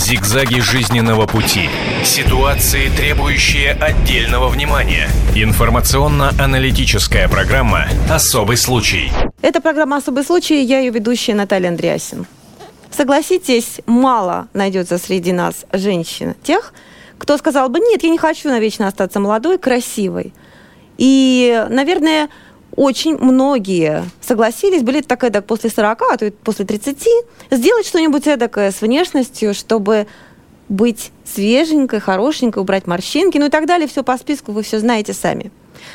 Зигзаги жизненного пути. Ситуации, требующие отдельного внимания. Информационно-аналитическая программа «Особый случай». Это программа «Особый случай», я ее ведущая Наталья Андреасин. Согласитесь, мало найдется среди нас женщин тех, кто сказал бы: нет, я не хочу навечно остаться молодой, красивой. И, наверное, очень многие согласились, были так эдак после 40, а то и после 30, сделать что-нибудь эдакое с внешностью, чтобы быть свеженькой, хорошенькой, убрать морщинки, ну и так далее. Все по списку, вы все знаете сами.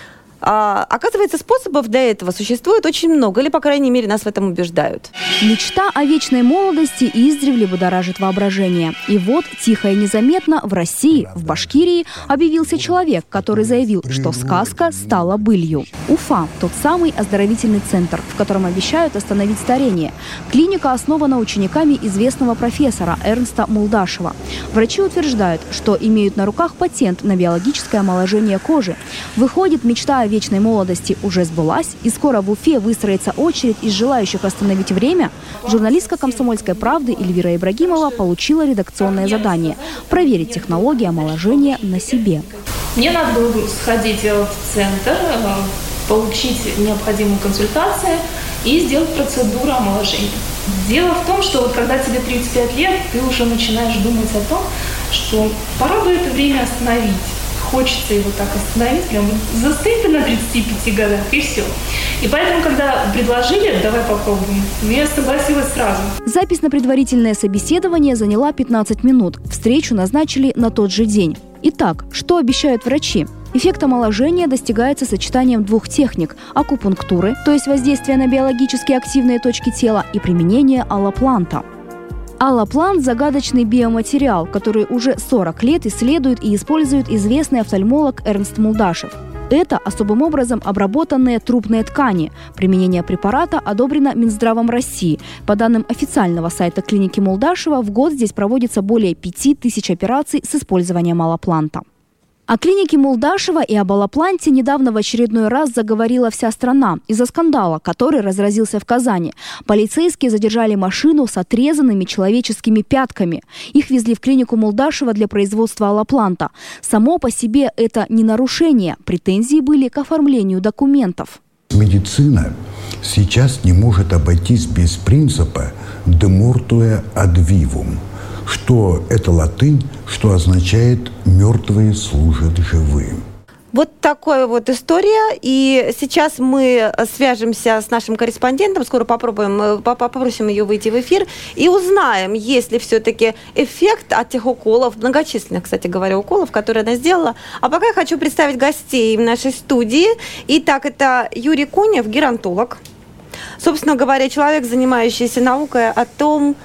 Оказывается, способов для этого существует очень много, или, по крайней мере, нас в этом убеждают. Мечта о вечной молодости издревле будоражит воображение. И вот, тихо и незаметно, в России, в Башкирии, объявился человек, который заявил, что сказка стала былью. Уфа – тот самый оздоровительный центр, в котором обещают остановить старение. Клиника основана учениками известного профессора Эрнста Мулдашева. Врачи утверждают, что имеют на руках патент на биологическое омоложение кожи. Выходит, мечта о вечной молодости уже сбылась, и скоро в Уфе выстроится очередь из желающих остановить время. Журналистка «Комсомольской правды» Эльвира Ибрагимова получила редакционное задание – проверить технологии омоложения на себе. Мне надо было сходить в центр, получить необходимую консультацию и сделать процедуру омоложения. Дело в том, что вот когда тебе 35 лет, ты уже начинаешь думать о том, что пора бы это время остановить. Хочется его так остановить, прям застынь на 35 годах, и все. И поэтому, когда предложили, давай попробуем, я согласилась сразу. Запись на предварительное собеседование заняла 15 минут. Встречу назначили на тот же день. Итак, что обещают врачи? Эффект омоложения достигается сочетанием двух техник – акупунктуры, то есть воздействия на биологически активные точки тела, и применения аллопланта. Аллоплант – загадочный биоматериал, который уже 40 лет исследует и использует известный офтальмолог Эрнст Мулдашев. Это особым образом обработанные трупные ткани. Применение препарата одобрено Минздравом России. По данным официального сайта клиники Мулдашева, в год здесь проводится более 5000 операций с использованием аллопланта. О клинике Мулдашева и об аллопланте недавно в очередной раз заговорила вся страна из-за скандала, который разразился в Казани. Полицейские задержали машину с отрезанными человеческими пятками. Их везли в клинику Мулдашева для производства аллопланта. Само по себе это не нарушение. Претензии были к оформлению документов. Медицина сейчас не может обойтись без принципа «de mortua ad vivum», что это латынь, что означает «мертвые служат живым». Вот такая вот история. И сейчас мы свяжемся с нашим корреспондентом, скоро попросим ее выйти в эфир и узнаем, есть ли все-таки эффект от тех уколов, многочисленных, кстати говоря, уколов, которые она сделала. А пока я хочу представить гостей в нашей студии. Итак, это Юрий Кунев, геронтолог. Собственно говоря, человек, занимающийся наукой о том,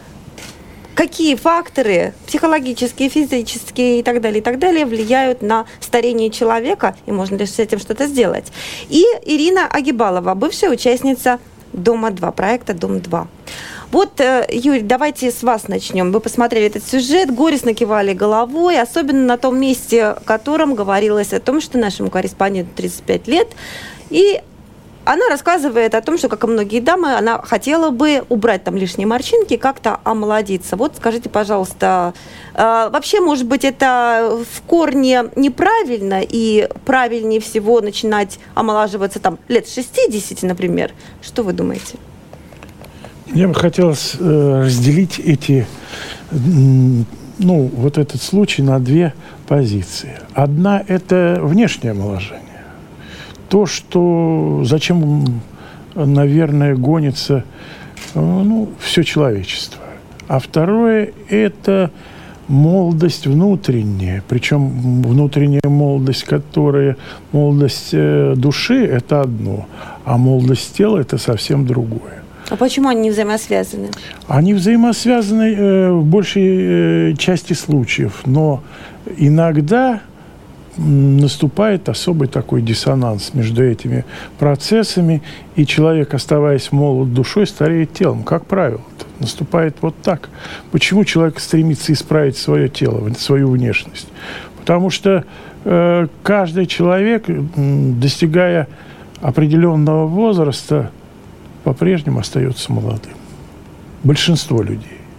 какие факторы психологические, физические и так далее влияют на старение человека, и можно ли с этим что-то сделать. И Ирина Агибалова, бывшая участница Дома-2, проекта Дом-2. Вот, Юрий, давайте с вас начнем. Вы посмотрели этот сюжет, горестно кивали головой, особенно на том месте, о котором говорилось о том, что нашему корреспонденту 35 лет, и она рассказывает о том, что, как и многие дамы, она хотела бы убрать там лишние морщинки, как-то омолодиться. Вот скажите, пожалуйста, вообще, может быть, это в корне неправильно, и правильнее всего начинать омолаживаться там лет 60, например? Что вы думаете? Мне бы хотелось разделить вот этот случай на две позиции. Одна – это внешнее омоложение. То, что зачем, наверное, гонится все человечество. А второе – это молодость внутренняя. Причем внутренняя молодость, молодость души – это одно, а молодость тела – это совсем другое. А почему они не взаимосвязаны? Они взаимосвязаны в большей части случаев, но иногда наступает особый такой диссонанс между этими процессами, и человек, оставаясь молод душой, стареет телом. Как правило, наступает вот так. Почему человек стремится исправить свое тело, свою внешность? Потому что каждый человек, достигая определенного возраста, по-прежнему остается молодым. Большинство людей.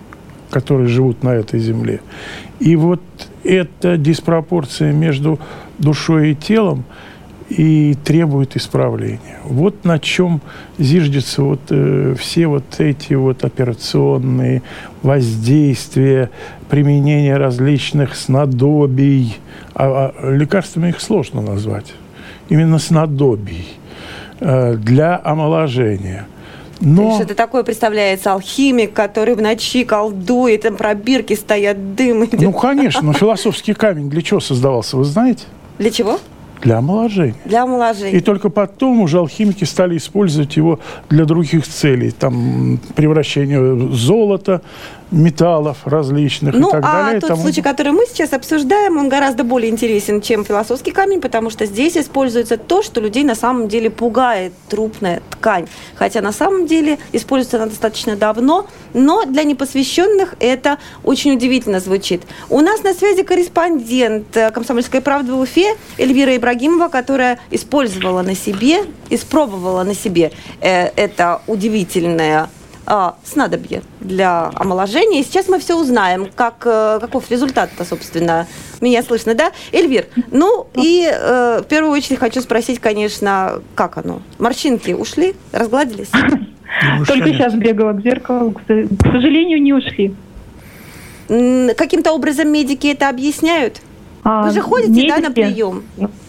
которые живут на этой земле. И вот эта диспропорция между душой и телом и требует исправления. Вот на чем зиждется все вот эти вот операционные воздействия, применение различных снадобий. Лекарствами их сложно назвать. Именно снадобий для омоложения. Но... Что-то такое представляется алхимик, который в ночи колдует, там пробирки стоят, дым идет. Ну, конечно, но философский камень для чего создавался, вы знаете? Для чего? Для омоложения. Для омоложения. И только потом уже алхимики стали использовать его для других целей. Там превращение золота, металлов различных и так далее. Тот случай, который мы сейчас обсуждаем, он гораздо более интересен, чем философский камень, потому что здесь используется то, что людей на самом деле пугает, трупная ткань. Хотя на самом деле используется она достаточно давно, но для непосвященных это очень удивительно звучит. У нас на связи корреспондент «Комсомольской правды» в Уфе Эльвира Ибрагимова, которая испробовала на себе это удивительное снадобье для омоложения. И сейчас мы все узнаем, каков результат-то, собственно. Меня слышно, да? Эльвир, в первую очередь хочу спросить, конечно, как оно? Морщинки ушли? Разгладились? Только сейчас бегала к зеркалу. К сожалению, не ушли. Каким-то образом медики это объясняют? Вы же ходите, на прием?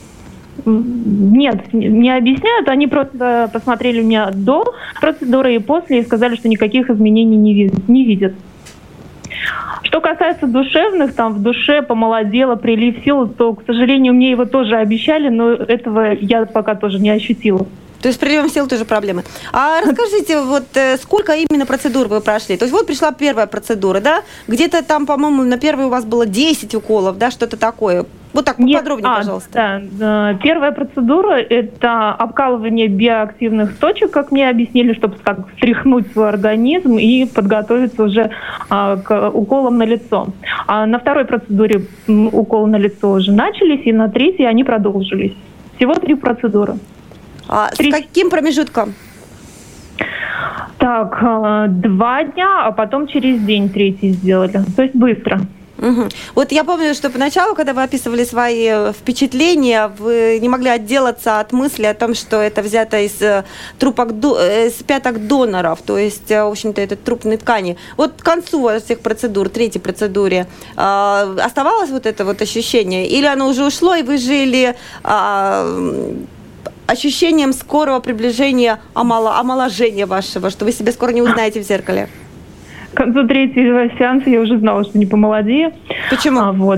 Нет, не объясняют. Они просто посмотрели меня до процедуры и после и сказали, что никаких изменений не видят. Что касается душевных, там в душе помолодела, прилив сил, то, к сожалению, мне его тоже обещали, но этого я пока тоже не ощутила. То есть с приемом сил тоже проблемы. А расскажите, сколько именно процедур вы прошли? То есть пришла первая процедура, да? Где-то там, по-моему, на первой у вас было 10 уколов, да, что-то такое. Вот так поподробнее, пожалуйста. Да. Первая процедура – это обкалывание биоактивных точек, как мне объяснили, чтобы встряхнуть свой организм и подготовиться уже к уколам на лицо. А на второй процедуре уколы на лицо уже начались, и на третьей они продолжились. Всего 3 процедуры. С каким промежутком? 2 дня, а потом через день 3 сделали. То есть быстро. Угу. Вот я помню, что поначалу, когда вы описывали свои впечатления, вы не могли отделаться от мысли о том, что это взято из пяток доноров, то есть, в общем-то, это трупные ткани. Вот к концу этих процедур, 3-й процедуре, оставалось вот это вот ощущение? Или оно уже ушло, и вы жили ощущением скорого приближения омоложения вашего, что вы себя скоро не узнаете в зеркале? К концу 3-го сеанса я уже знала, что не помолодею. Почему?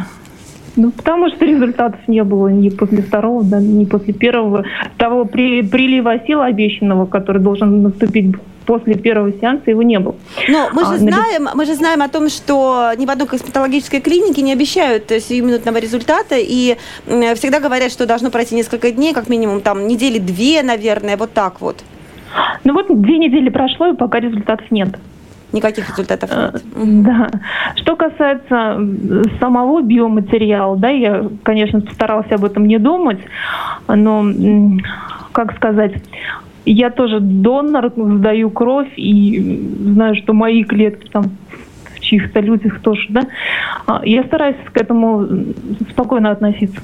Потому что результатов не было ни после 2-го, да, ни после 1-го. Того прилива сил обещанного, который должен наступить после 1-го сеанса, его не было. Но мы же знаем о том, что ни в одной косметологической клинике не обещают сиюминутного результата, и всегда говорят, что должно пройти несколько дней, как минимум, там, недели 2, наверное, вот так вот. 2 недели прошло, и пока результатов нет. Никаких результатов нет. Да. Что касается самого биоматериала, да, я, конечно, постаралась об этом не думать, но, как сказать, я тоже донор, сдаю кровь и знаю, что мои клетки там в чьих-то людях тоже, да. Я стараюсь к этому спокойно относиться.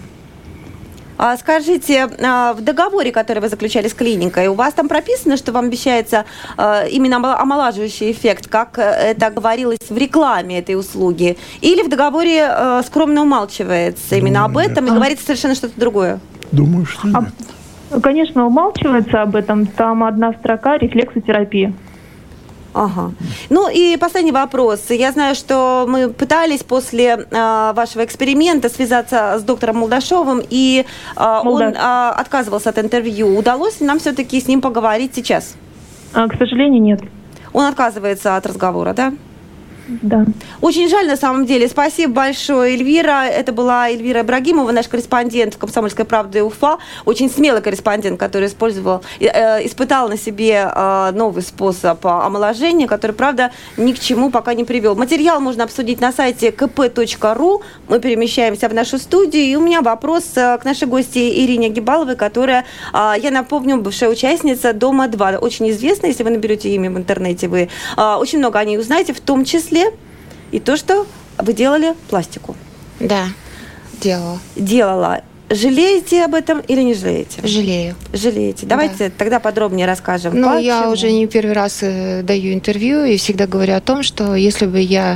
Скажите, в договоре, который вы заключали с клиникой, у вас там прописано, что вам обещается именно омолаживающий эффект, как это говорилось в рекламе этой услуги? Или в договоре скромно умалчивается именно об этом и говорится совершенно что-то другое? Думаю, что нет. Конечно, умалчивается об этом. Там одна строка – рефлексотерапия. Ага. И последний вопрос. Я знаю, что мы пытались после вашего эксперимента связаться с доктором Молдашовым, и он отказывался от интервью. Удалось ли нам все-таки с ним поговорить сейчас? К сожалению, нет. Он отказывается от разговора, да? Да. Очень жаль, на самом деле. Спасибо большое, Эльвира. Это была Эльвира Ибрагимова, наш корреспондент в «Комсомольской правде» Уфа. Очень смелый корреспондент, который испытал на себе новый способ омоложения, который, правда, ни к чему пока не привел. Материал можно обсудить на сайте kp.ru. Мы перемещаемся в нашу студию. И у меня вопрос к нашей гости Ирине Гибаловой, которая, я напомню, бывшая участница «Дома-2». Очень известна, если вы наберете имя в интернете, вы очень много о ней узнаете, в том числе числе и то, что вы делали пластику. Да, делала. Делала. Жалеете об этом или не жалеете? Жалею. Жалеете. Давайте тогда подробнее расскажем. Ну, я уже не первый раз даю интервью и всегда говорю о том, что если бы я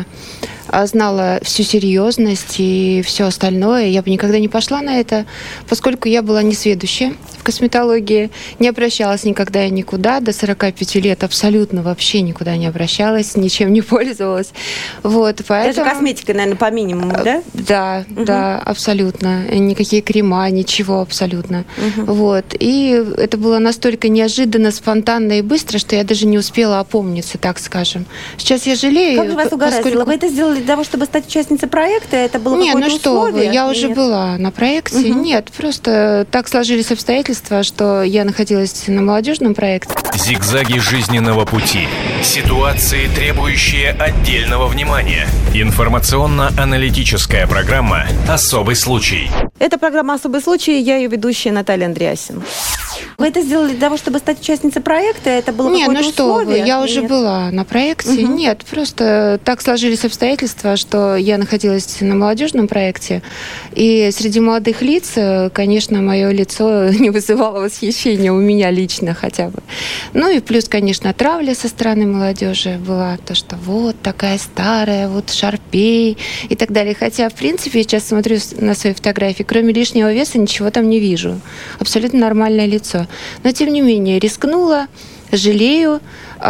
знала всю серьезность и все остальное, я бы никогда не пошла на это, поскольку я была несведущая в косметологии, не обращалась никогда и никуда, до 45 лет абсолютно вообще никуда не обращалась, ничем не пользовалась. Вот, поэтому... Даже косметикой, наверное, по минимуму, да? Да, да, абсолютно. Никакие крема, ничего абсолютно. Вот. И это было настолько неожиданно, спонтанно и быстро, что я даже не успела опомниться, так скажем. Сейчас я жалею. Как же вас угораздило? Вы это сделали для того, чтобы стать участницей проекта? Это было какое-то условие? Нет, я уже была на проекте. Нет, просто так сложились обстоятельства, что я находилась на молодежном проекте. Зигзаги жизненного пути. Ситуации, требующие отдельного внимания. Информационно-аналитическая программа «Особый случай». Это программа «Особый случай». Я ее ведущая Наталья Андреасин. Вы это сделали для того, чтобы стать участницей проекта? Это было какое-то условие? Я уже была на проекте. Нет, просто так сложились обстоятельства, что я находилась на молодежном проекте. И среди молодых лиц, конечно, мое лицо не вызывало восхищения у меня лично хотя бы. Ну и плюс, конечно, травля со стороны молодежи была. То, что вот такая старая, вот шарпей и так далее. Хотя, в принципе, я сейчас смотрю на свои фотографии, кроме лишнего веса ничего там не вижу. Абсолютно нормальное лицо. Но, тем не менее, рискнула, жалею.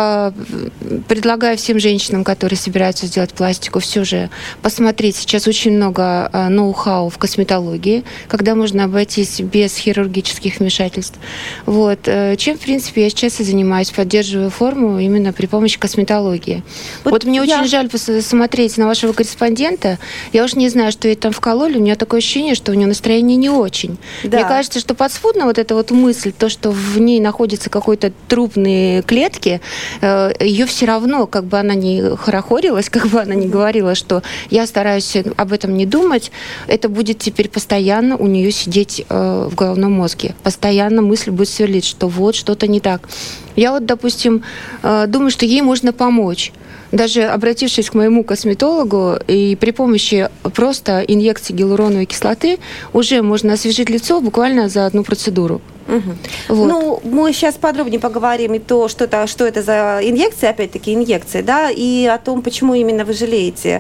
Предлагаю всем женщинам, которые собираются сделать пластику, все же посмотреть. Сейчас очень много ноу-хау в косметологии, когда можно обойтись без хирургических вмешательств. Вот. Чем, в принципе, я сейчас и занимаюсь, поддерживаю форму именно при помощи косметологии. Вот мне очень жаль посмотреть на вашего корреспондента. Я уж не знаю, что ей там вкололи. У меня такое ощущение, что у нее настроение не очень. Да. Мне кажется, что подспудно вот эта вот мысль, то, что в ней находятся какой-то трупные клетки, ее все равно, как бы она ни хорохорилась, как бы она ни говорила, что я стараюсь об этом не думать, это будет теперь постоянно у нее сидеть в головном мозге. Постоянно мысль будет сверлить, что вот что-то не так. Я вот, допустим, думаю, что ей можно помочь. Даже обратившись к моему косметологу, и при помощи просто инъекции гиалуроновой кислоты уже можно освежить лицо буквально за одну процедуру. Вот. Ну, мы сейчас подробнее поговорим и то, что это за инъекции, опять-таки инъекции, да, и о том, почему именно вы жалеете,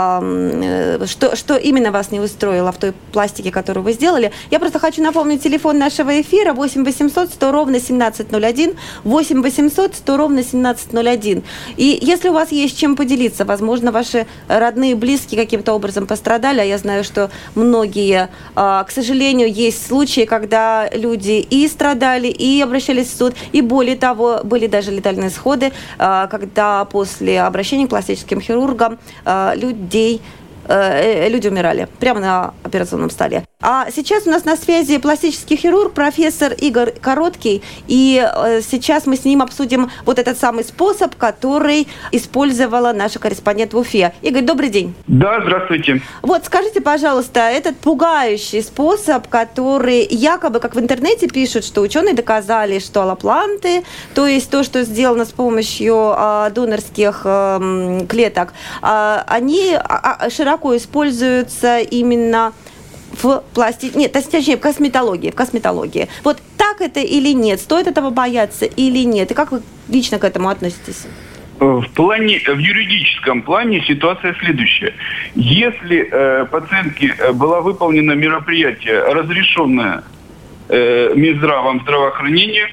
что именно вас не устроило в той пластике, которую вы сделали. Я просто хочу напомнить телефон нашего эфира 8 800 100 ровно 1701, 8 800 100 ровно 1701. И если у вас есть чем поделиться, возможно, ваши родные, близкие каким-то образом пострадали, а я знаю, что многие, к сожалению, есть случаи, когда люди и страдали, и обращались в суд, и более того, были даже летальные исходы, когда после обращения к пластическим хирургам люди умирали прямо на операционном столе. А сейчас у нас на связи пластический хирург, профессор Игорь Короткий, и сейчас мы с ним обсудим вот этот самый способ, который использовала наша корреспондент в Уфе. Игорь, добрый день. Да, здравствуйте. Вот, скажите, пожалуйста, этот пугающий способ, который якобы, как в интернете пишут, что ученые доказали, что аллопланты, то есть то, что сделано с помощью донорских клеток, они широко используются именно в точнее, в косметологии. Вот так это или нет? Стоит этого бояться или нет? И как вы лично к этому относитесь? В юридическом плане ситуация следующая. Если пациентке было выполнено мероприятие, разрешенное Минздравом здравоохранения,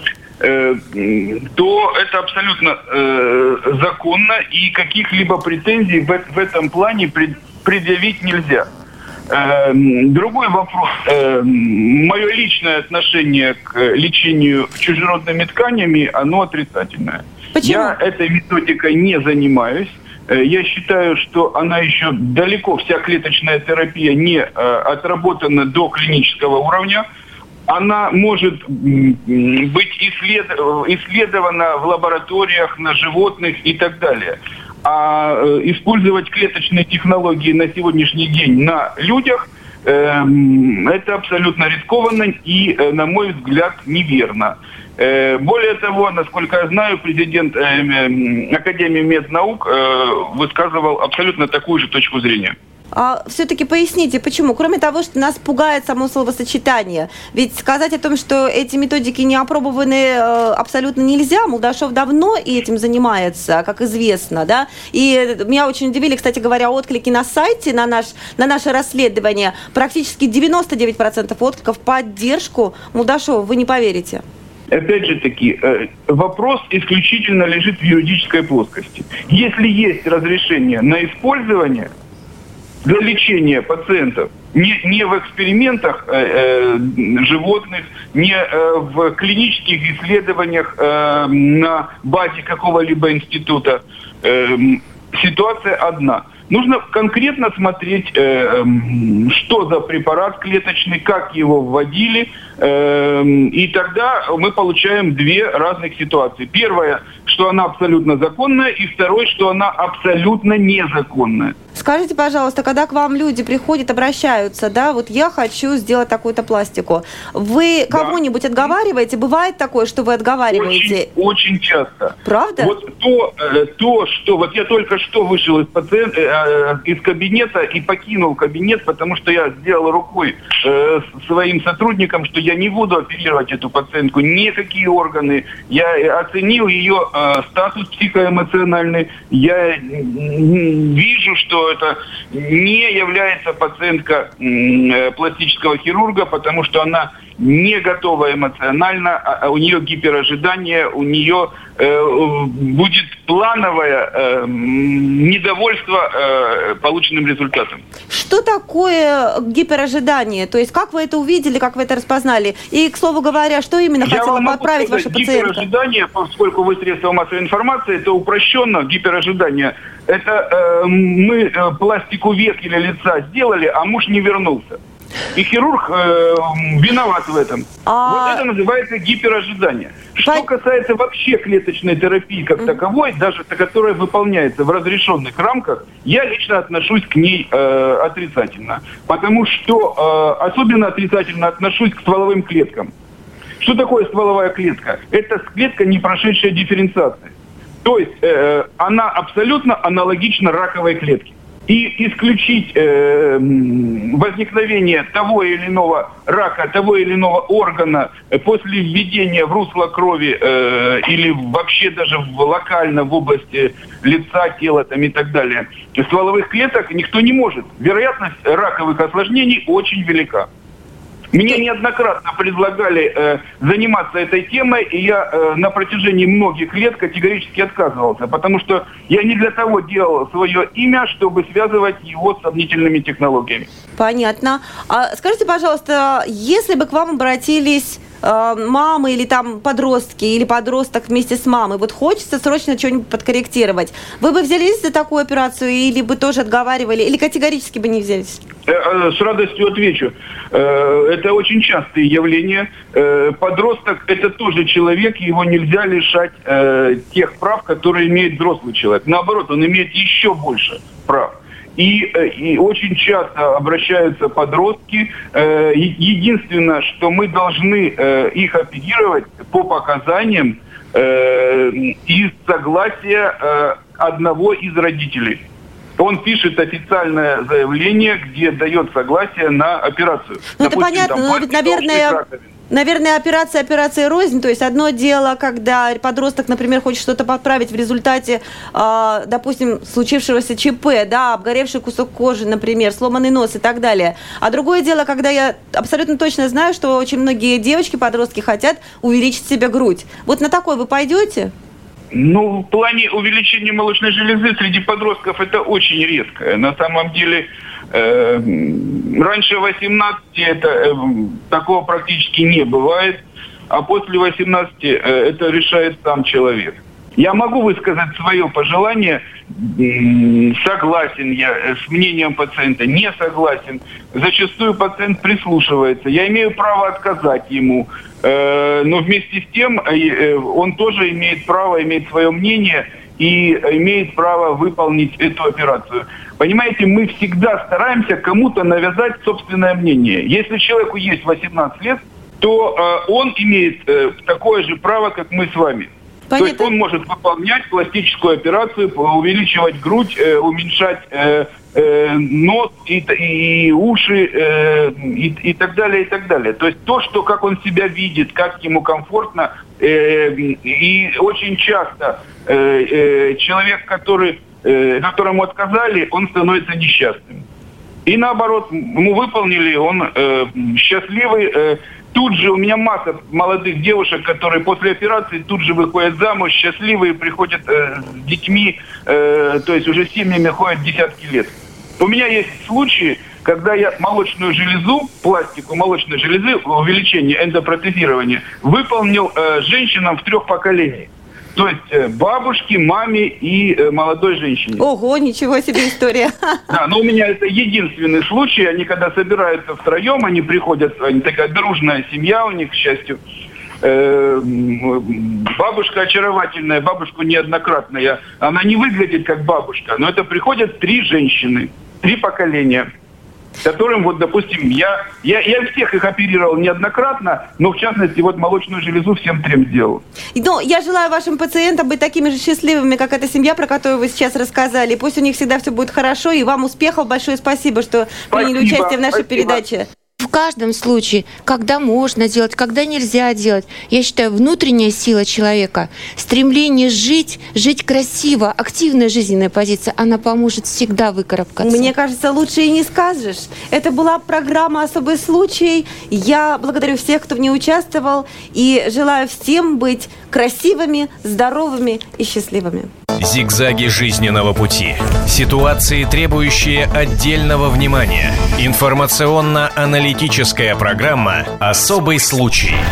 то это абсолютно законно, и каких-либо претензий в этом плане предъявить нельзя. Другой вопрос. Мое личное отношение к лечению чужеродными тканями, оно отрицательное. Почему? Я этой методикой не занимаюсь. Я считаю, что она еще далеко, вся клеточная терапия не отработана до клинического уровня. Она может быть исследована в лабораториях, на животных и так далее. А использовать клеточные технологии на сегодняшний день на людях это абсолютно рискованно и, на мой взгляд, неверно. Более того, насколько я знаю, президент Академии меднаук высказывал абсолютно такую же точку зрения. А все-таки поясните, почему? Кроме того, что нас пугает само словосочетание. Ведь сказать о том, что эти методики не опробованы, абсолютно нельзя. Молдашов давно и этим занимается, как известно, да. И меня очень удивили, кстати говоря, отклики на сайте, на наше расследование. Практически 99% откликов в поддержку Молдашова. Вы не поверите. Опять же таки, вопрос исключительно лежит в юридической плоскости. Если есть разрешение на использование для лечения пациентов, не в экспериментах животных, не в клинических исследованиях на базе какого-либо института, ситуация одна. Нужно конкретно смотреть, что за препарат клеточный, как его вводили, и тогда мы получаем две разных ситуации. Первое, что она абсолютно законная, и второе, что она абсолютно незаконная. Скажите, пожалуйста, когда к вам люди приходят, обращаются, да, вот я хочу сделать такую-то пластику, вы кого-нибудь отговариваете? Бывает такое, что вы отговариваете? Очень часто. Правда? Вот то, что... Вот я только что вышел из кабинета и покинул кабинет, потому что я сделал рукой своим сотрудникам, что я не буду оперировать эту пациентку, никакие органы. Я оценил ее статус психоэмоциональный. Я вижу, что это не является пациентка пластического хирурга, потому что она не готова эмоционально, у нее гиперожидание, у нее будет плановое недовольство полученным результатом. Что такое гиперожидание? То есть как вы это увидели, как вы это распознали? И, к слову говоря, что именно хотела подправить ваша пациентка? Гиперожидание, поскольку вы средства массовой информации, это упрощенно гиперожидание. Это мы пластику век или лица сделали, а муж не вернулся. И хирург виноват в этом. Вот это называется гиперожидание. Что касается вообще клеточной терапии как таковой, даже которая выполняется в разрешенных рамках, я лично отношусь к ней отрицательно. Потому что особенно отрицательно отношусь к стволовым клеткам. Что такое стволовая клетка? Это клетка, не прошедшая дифференциации. То есть она абсолютно аналогична раковой клетке. И исключить возникновение того или иного рака, того или иного органа после введения в русло крови или вообще даже локально в области лица, тела там, и так далее, стволовых клеток никто не может. Вероятность раковых осложнений очень велика. Мне неоднократно предлагали заниматься этой темой, и я на протяжении многих лет категорически отказывался, потому что я не для того делал свое имя, чтобы связывать его с сомнительными технологиями. Понятно. А скажите, пожалуйста, если бы к вам обратились мамы или там подростки, или подросток вместе с мамой, вот хочется срочно что-нибудь подкорректировать, вы бы взялись за такую операцию или бы тоже отговаривали, или категорически бы не взялись? С радостью отвечу. Это очень частые явления. Подросток – это тоже человек, его нельзя лишать тех прав, которые имеет взрослый человек. Наоборот, он имеет еще больше прав. И очень часто обращаются подростки. Единственное, что мы должны их оперировать по показаниям из согласия одного из родителей. Он пишет официальное заявление, где дает согласие на операцию. Ну, это понятно, но ведь, наверное, операция рознь. То есть одно дело, когда подросток, например, хочет что-то подправить в результате, допустим, случившегося ЧП, да, обгоревший кусок кожи, например, сломанный нос и так далее. А другое дело, когда я абсолютно точно знаю, что очень многие девочки-подростки хотят увеличить себе грудь. Вот на такое вы пойдете? Ну, в плане увеличения молочной железы среди подростков это очень редко. На самом деле, раньше 18 такого практически не бывает, а после 18 это решает сам человек. Я могу высказать свое пожелание, согласен я с мнением пациента, не согласен. Зачастую пациент прислушивается. Я имею право отказать ему, но вместе с тем он тоже имеет право иметь свое мнение и имеет право выполнить эту операцию. Понимаете, мы всегда стараемся кому-то навязать собственное мнение. Если человеку есть 18 лет, то он имеет такое же право, как мы с вами. Понятно. То есть он может выполнять пластическую операцию, увеличивать грудь, уменьшать нос и уши и так далее, и так далее. То есть то, что как он себя видит, как ему комфортно, и очень часто человек, которому отказали, он становится несчастным. И наоборот, ему выполнили, он счастливый. Тут же у меня масса молодых девушек, которые после операции тут же выходят замуж, счастливые, приходят с детьми, то есть уже семьями ходят десятки лет. У меня есть случаи, когда я молочную железу, пластику молочной железы, увеличение, эндопротезирование, выполнил женщинам в 3 поколениях. То есть бабушке, маме и молодой женщине. Ого, ничего себе история. Да, но у меня это единственный случай. Они когда собираются втроем, они приходят, они такая дружная семья у них, к счастью. Бабушка очаровательная, бабушку неоднократная. Она не выглядит как бабушка, но это приходят 3 женщины, 3 поколения, которым, вот, допустим, я всех их оперировал неоднократно, но, в частности, вот молочную железу всем 3 сделал. Ну, я желаю вашим пациентам быть такими же счастливыми, как эта семья, про которую вы сейчас рассказали. Пусть у них всегда все будет хорошо, и вам успехов. Большое спасибо, что приняли участие в нашей передаче. В каждом случае, когда можно делать, когда нельзя делать, я считаю, внутренняя сила человека, стремление жить красиво, активная жизненная позиция, она поможет всегда выкарабкаться. Мне кажется, лучше и не скажешь. Это была программа «Особый случай». Я благодарю всех, кто в ней участвовал, и желаю всем быть красивыми, здоровыми и счастливыми. Зигзаги жизненного пути. Ситуации, требующие отдельного внимания. Информационно-аналитическая программа «Особый случай».